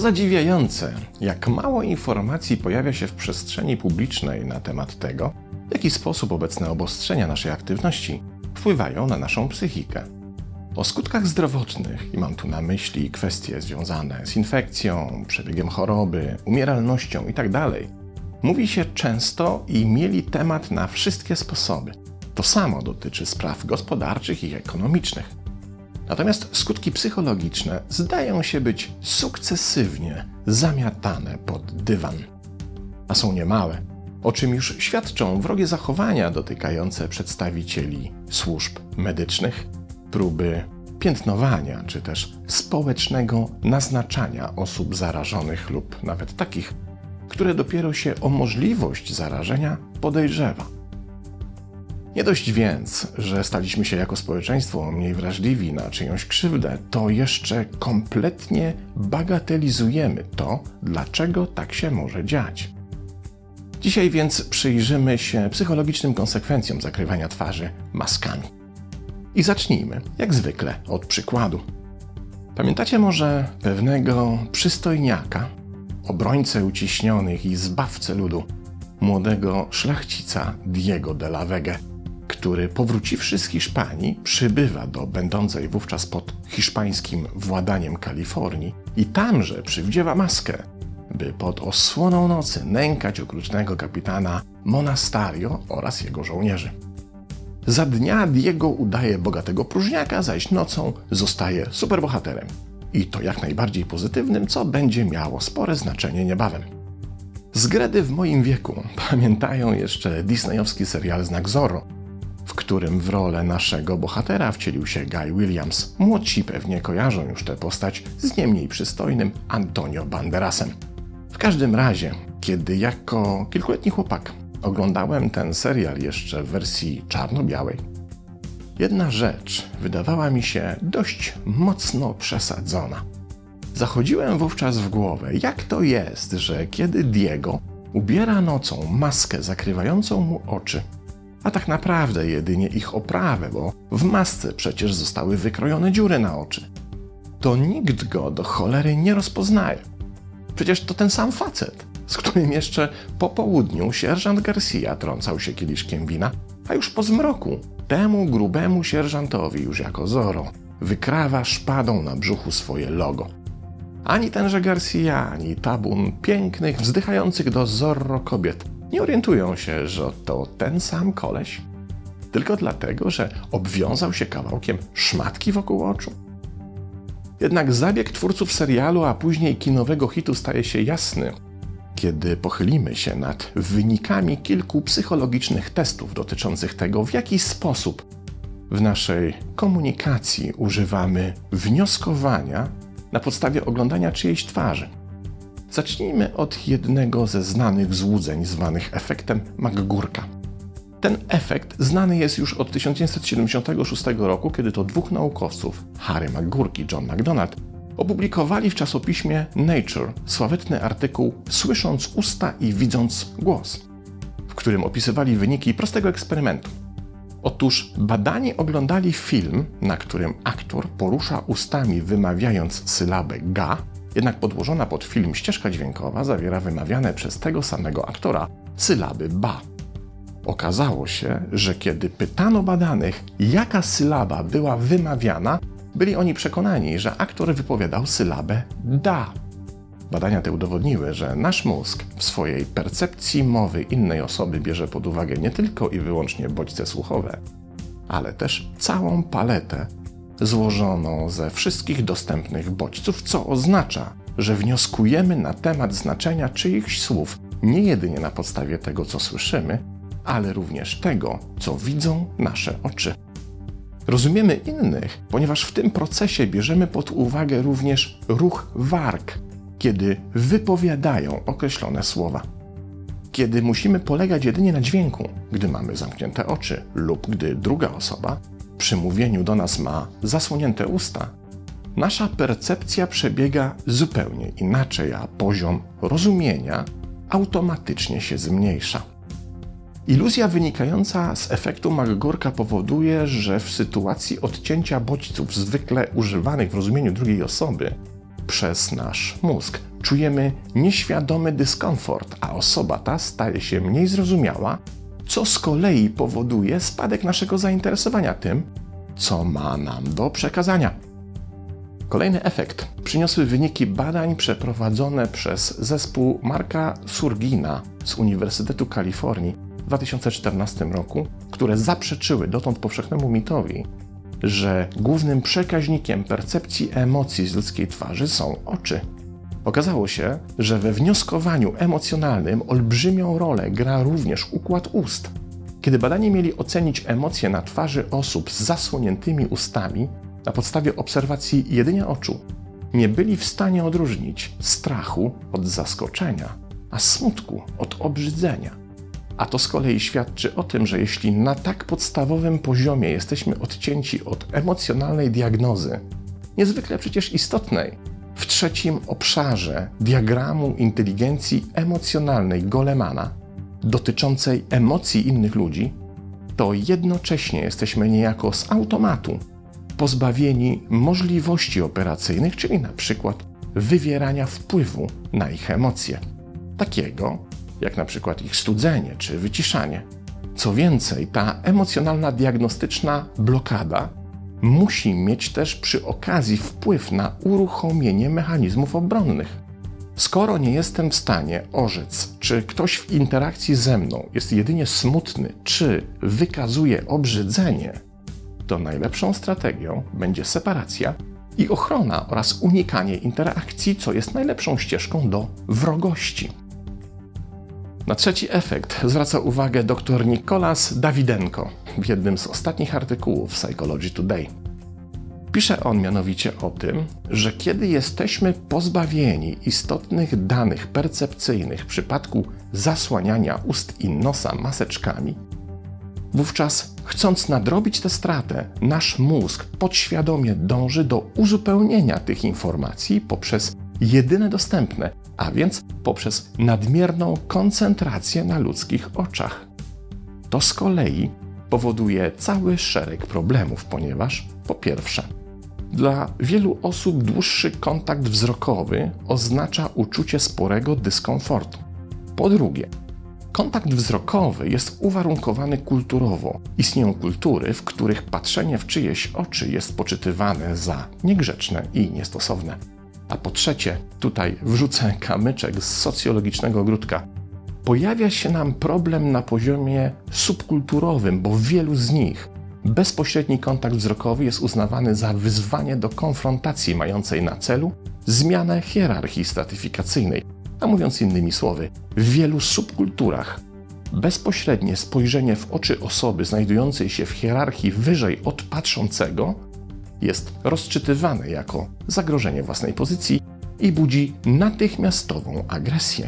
zadziwiające, jak mało informacji pojawia się w przestrzeni publicznej na temat tego, w jaki sposób obecne obostrzenia naszej aktywności wpływają na naszą psychikę. O skutkach zdrowotnych, i mam tu na myśli kwestie związane z infekcją, przebiegiem choroby, umieralnością itd., mówi się często i mieli temat na wszystkie sposoby. To samo dotyczy spraw gospodarczych i ekonomicznych. Natomiast skutki psychologiczne zdają się być sukcesywnie zamiatane pod dywan. A są niemałe, o czym już świadczą wrogie zachowania dotykające przedstawicieli służb medycznych, próby piętnowania czy też społecznego naznaczania osób zarażonych lub nawet takich, które dopiero się o możliwość zarażenia podejrzewa. Nie dość więc, że staliśmy się jako społeczeństwo mniej wrażliwi na czyjąś krzywdę, to jeszcze kompletnie bagatelizujemy to, dlaczego tak się może dziać. Dzisiaj więc przyjrzymy się psychologicznym konsekwencjom zakrywania twarzy maskami. I zacznijmy, jak zwykle, od przykładu. Pamiętacie może pewnego przystojniaka, obrońcę uciśnionych i zbawcę ludu, młodego szlachcica Diego de la Vega, który powróciwszy z Hiszpanii przybywa do będącej wówczas pod hiszpańskim władaniem Kalifornii i tamże przywdziewa maskę, by pod osłoną nocy nękać okrutnego kapitana Monasterio oraz jego żołnierzy. Za dnia Diego udaje bogatego próżniaka, zaś nocą zostaje superbohaterem. I to jak najbardziej pozytywnym, co będzie miało spore znaczenie niebawem. Zgredy w moim wieku pamiętają jeszcze disneyowski serial Znak Zorro, w którym w rolę naszego bohatera wcielił się Guy Williams. Młodsi pewnie kojarzą już tę postać z nie mniej przystojnym Antonio Banderasem. W każdym razie, kiedy jako kilkuletni chłopak oglądałem ten serial jeszcze w wersji czarno-białej, jedna rzecz wydawała mi się dość mocno przesadzona. Zachodziłem wówczas w głowę, jak to jest, że kiedy Diego ubiera nocą maskę zakrywającą mu oczy, a tak naprawdę jedynie ich oprawę, bo w masce przecież zostały wykrojone dziury na oczy, to nikt go do cholery nie rozpoznaje. Przecież to ten sam facet, z którym jeszcze po południu sierżant Garcia trącał się kieliszkiem wina, a już po zmroku temu grubemu sierżantowi już jako Zorro wykrawa szpadą na brzuchu swoje logo. Ani tenże Garcia, ani tabun pięknych, wzdychających do Zorro kobiet nie orientują się, że to ten sam koleś, tylko dlatego, że obwiązał się kawałkiem szmatki wokół oczu. Jednak zabieg twórców serialu, a później kinowego hitu staje się jasny, kiedy pochylimy się nad wynikami kilku psychologicznych testów dotyczących tego, w jaki sposób w naszej komunikacji używamy wnioskowania na podstawie oglądania czyjejś twarzy. Zacznijmy od jednego ze znanych złudzeń zwanych efektem McGurka. Ten efekt znany jest już od 1976 roku, kiedy to dwóch naukowców, Harry McGurk i John McDonald, opublikowali w czasopiśmie Nature sławetny artykuł Słysząc usta i widząc głos, w którym opisywali wyniki prostego eksperymentu. Otóż badani oglądali film, na którym aktor porusza ustami wymawiając sylabę ga, jednak podłożona pod film ścieżka dźwiękowa zawiera wymawiane przez tego samego aktora sylaby ba. Okazało się, że kiedy pytano badanych, jaka sylaba była wymawiana, byli oni przekonani, że aktor wypowiadał sylabę da. Badania te udowodniły, że nasz mózg w swojej percepcji mowy innej osoby bierze pod uwagę nie tylko i wyłącznie bodźce słuchowe, ale też całą paletę złożoną ze wszystkich dostępnych bodźców, co oznacza, że wnioskujemy na temat znaczenia czyichś słów nie jedynie na podstawie tego, co słyszymy, ale również tego, co widzą nasze oczy. Rozumiemy innych, ponieważ w tym procesie bierzemy pod uwagę również ruch warg, kiedy wypowiadają określone słowa. Kiedy musimy polegać jedynie na dźwięku, gdy mamy zamknięte oczy lub gdy druga osoba przy mówieniu do nas ma zasłonięte usta, nasza percepcja przebiega zupełnie inaczej, a poziom rozumienia automatycznie się zmniejsza. Iluzja wynikająca z efektu McGurka powoduje, że w sytuacji odcięcia bodźców zwykle używanych w rozumieniu drugiej osoby przez nasz mózg czujemy nieświadomy dyskomfort, a osoba ta staje się mniej zrozumiała, co z kolei powoduje spadek naszego zainteresowania tym, co ma nam do przekazania. Kolejny efekt przyniosły wyniki badań przeprowadzone przez zespół Marka Surgina z Uniwersytetu Kalifornii w 2014 roku, które zaprzeczyły dotąd powszechnemu mitowi, że głównym przekaźnikiem percepcji emocji z ludzkiej twarzy są oczy. Okazało się, że we wnioskowaniu emocjonalnym olbrzymią rolę gra również układ ust. Kiedy badani mieli ocenić emocje na twarzy osób z zasłoniętymi ustami na podstawie obserwacji jedynie oczu, nie byli w stanie odróżnić strachu od zaskoczenia, a smutku od obrzydzenia. A to z kolei świadczy o tym, że jeśli na tak podstawowym poziomie jesteśmy odcięci od emocjonalnej diagnozy, niezwykle przecież istotnej, w trzecim obszarze diagramu inteligencji emocjonalnej Golemana, dotyczącej emocji innych ludzi, to jednocześnie jesteśmy niejako z automatu pozbawieni możliwości operacyjnych, czyli na przykład wywierania wpływu na ich emocje, takiego jak na przykład ich studzenie czy wyciszanie. Co więcej, ta emocjonalna diagnostyczna blokada musi mieć też przy okazji wpływ na uruchomienie mechanizmów obronnych. Skoro nie jestem w stanie orzec, czy ktoś w interakcji ze mną jest jedynie smutny, czy wykazuje obrzydzenie, to najlepszą strategią będzie separacja i ochrona oraz unikanie interakcji, co jest najlepszą ścieżką do wrogości. Na trzeci efekt zwraca uwagę dr Nicolas Dawidenko w jednym z ostatnich artykułów w Psychology Today. Pisze on mianowicie o tym, że kiedy jesteśmy pozbawieni istotnych danych percepcyjnych w przypadku zasłaniania ust i nosa maseczkami, wówczas chcąc nadrobić tę stratę, nasz mózg podświadomie dąży do uzupełnienia tych informacji poprzez jedyne dostępne, a więc poprzez nadmierną koncentrację na ludzkich oczach. To z kolei powoduje cały szereg problemów, ponieważ po pierwsze, dla wielu osób dłuższy kontakt wzrokowy oznacza uczucie sporego dyskomfortu. Po drugie, kontakt wzrokowy jest uwarunkowany kulturowo. Istnieją kultury, w których patrzenie w czyjeś oczy jest poczytywane za niegrzeczne i niestosowne. A po trzecie, tutaj wrzucę kamyczek z socjologicznego ogródka. Pojawia się nam problem na poziomie subkulturowym, bo w wielu z nich bezpośredni kontakt wzrokowy jest uznawany za wyzwanie do konfrontacji mającej na celu zmianę hierarchii stratyfikacyjnej. A mówiąc innymi słowy, w wielu subkulturach bezpośrednie spojrzenie w oczy osoby znajdującej się w hierarchii wyżej od patrzącego jest rozczytywane jako zagrożenie własnej pozycji i budzi natychmiastową agresję.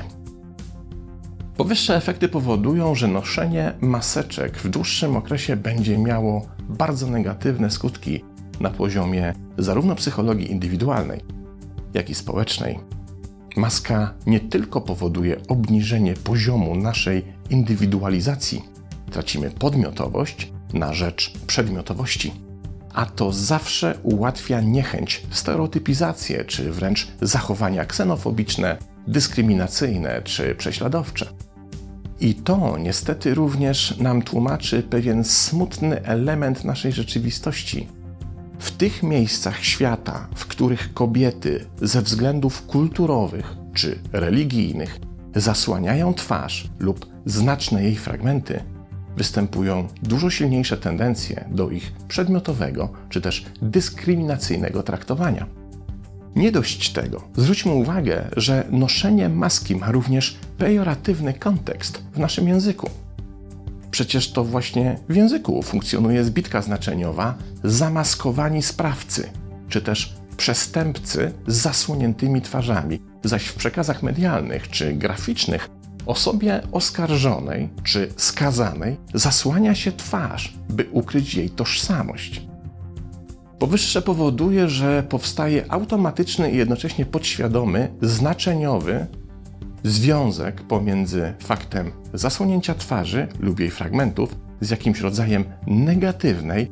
Powyższe efekty powodują, że noszenie maseczek w dłuższym okresie będzie miało bardzo negatywne skutki na poziomie zarówno psychologii indywidualnej, jak i społecznej. Maska nie tylko powoduje obniżenie poziomu naszej indywidualizacji, tracimy podmiotowość na rzecz przedmiotowości, a to zawsze ułatwia niechęć, stereotypizację czy wręcz zachowania ksenofobiczne, dyskryminacyjne czy prześladowcze. I to niestety również nam tłumaczy pewien smutny element naszej rzeczywistości. W tych miejscach świata, w których kobiety ze względów kulturowych czy religijnych zasłaniają twarz lub znaczne jej fragmenty, występują dużo silniejsze tendencje do ich przedmiotowego czy też dyskryminacyjnego traktowania. Nie dość tego, zwróćmy uwagę, że noszenie maski ma również pejoratywny kontekst w naszym języku. Przecież to właśnie w języku funkcjonuje zbitka znaczeniowa zamaskowani sprawcy, czy też przestępcy z zasłoniętymi twarzami, zaś w przekazach medialnych czy graficznych osobie oskarżonej czy skazanej zasłania się twarz, by ukryć jej tożsamość. Powyższe powoduje, że powstaje automatyczny i jednocześnie podświadomy, znaczeniowy związek pomiędzy faktem zasłonięcia twarzy lub jej fragmentów z jakimś rodzajem negatywnej,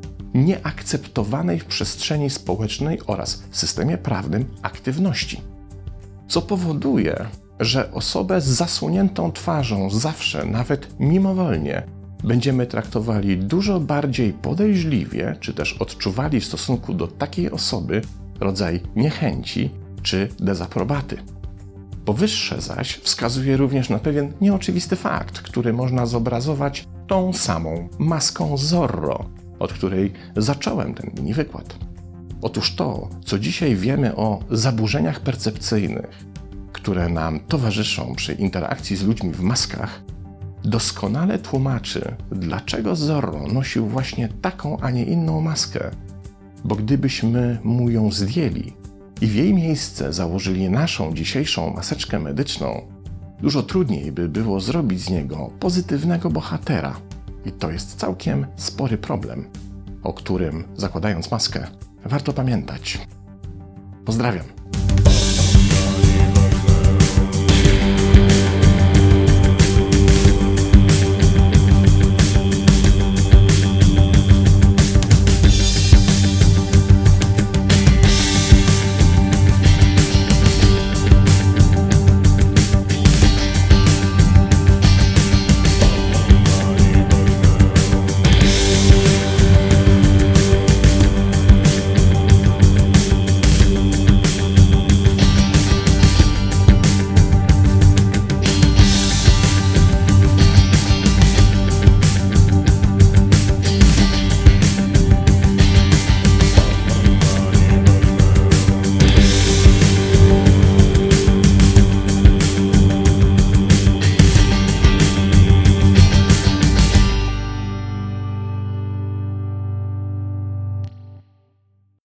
nieakceptowanej w przestrzeni społecznej oraz w systemie prawnym aktywności. co powoduje, że osobę z zasłoniętą twarzą zawsze, nawet mimowolnie, będziemy traktowali dużo bardziej podejrzliwie, czy też odczuwali w stosunku do takiej osoby rodzaj niechęci czy dezaprobaty. Powyższe zaś wskazuje również na pewien nieoczywisty fakt, który można zobrazować tą samą maską Zorro, od której zacząłem ten mini wykład. Otóż to, co dzisiaj wiemy o zaburzeniach percepcyjnych, które nam towarzyszą przy interakcji z ludźmi w maskach, doskonale tłumaczy, dlaczego Zorro nosił właśnie taką, a nie inną maskę. Bo gdybyśmy mu ją zdjęli i w jej miejsce założyli naszą dzisiejszą maseczkę medyczną, dużo trudniej by było zrobić z niego pozytywnego bohatera. I to jest całkiem spory problem, o którym, zakładając maskę, warto pamiętać. Pozdrawiam.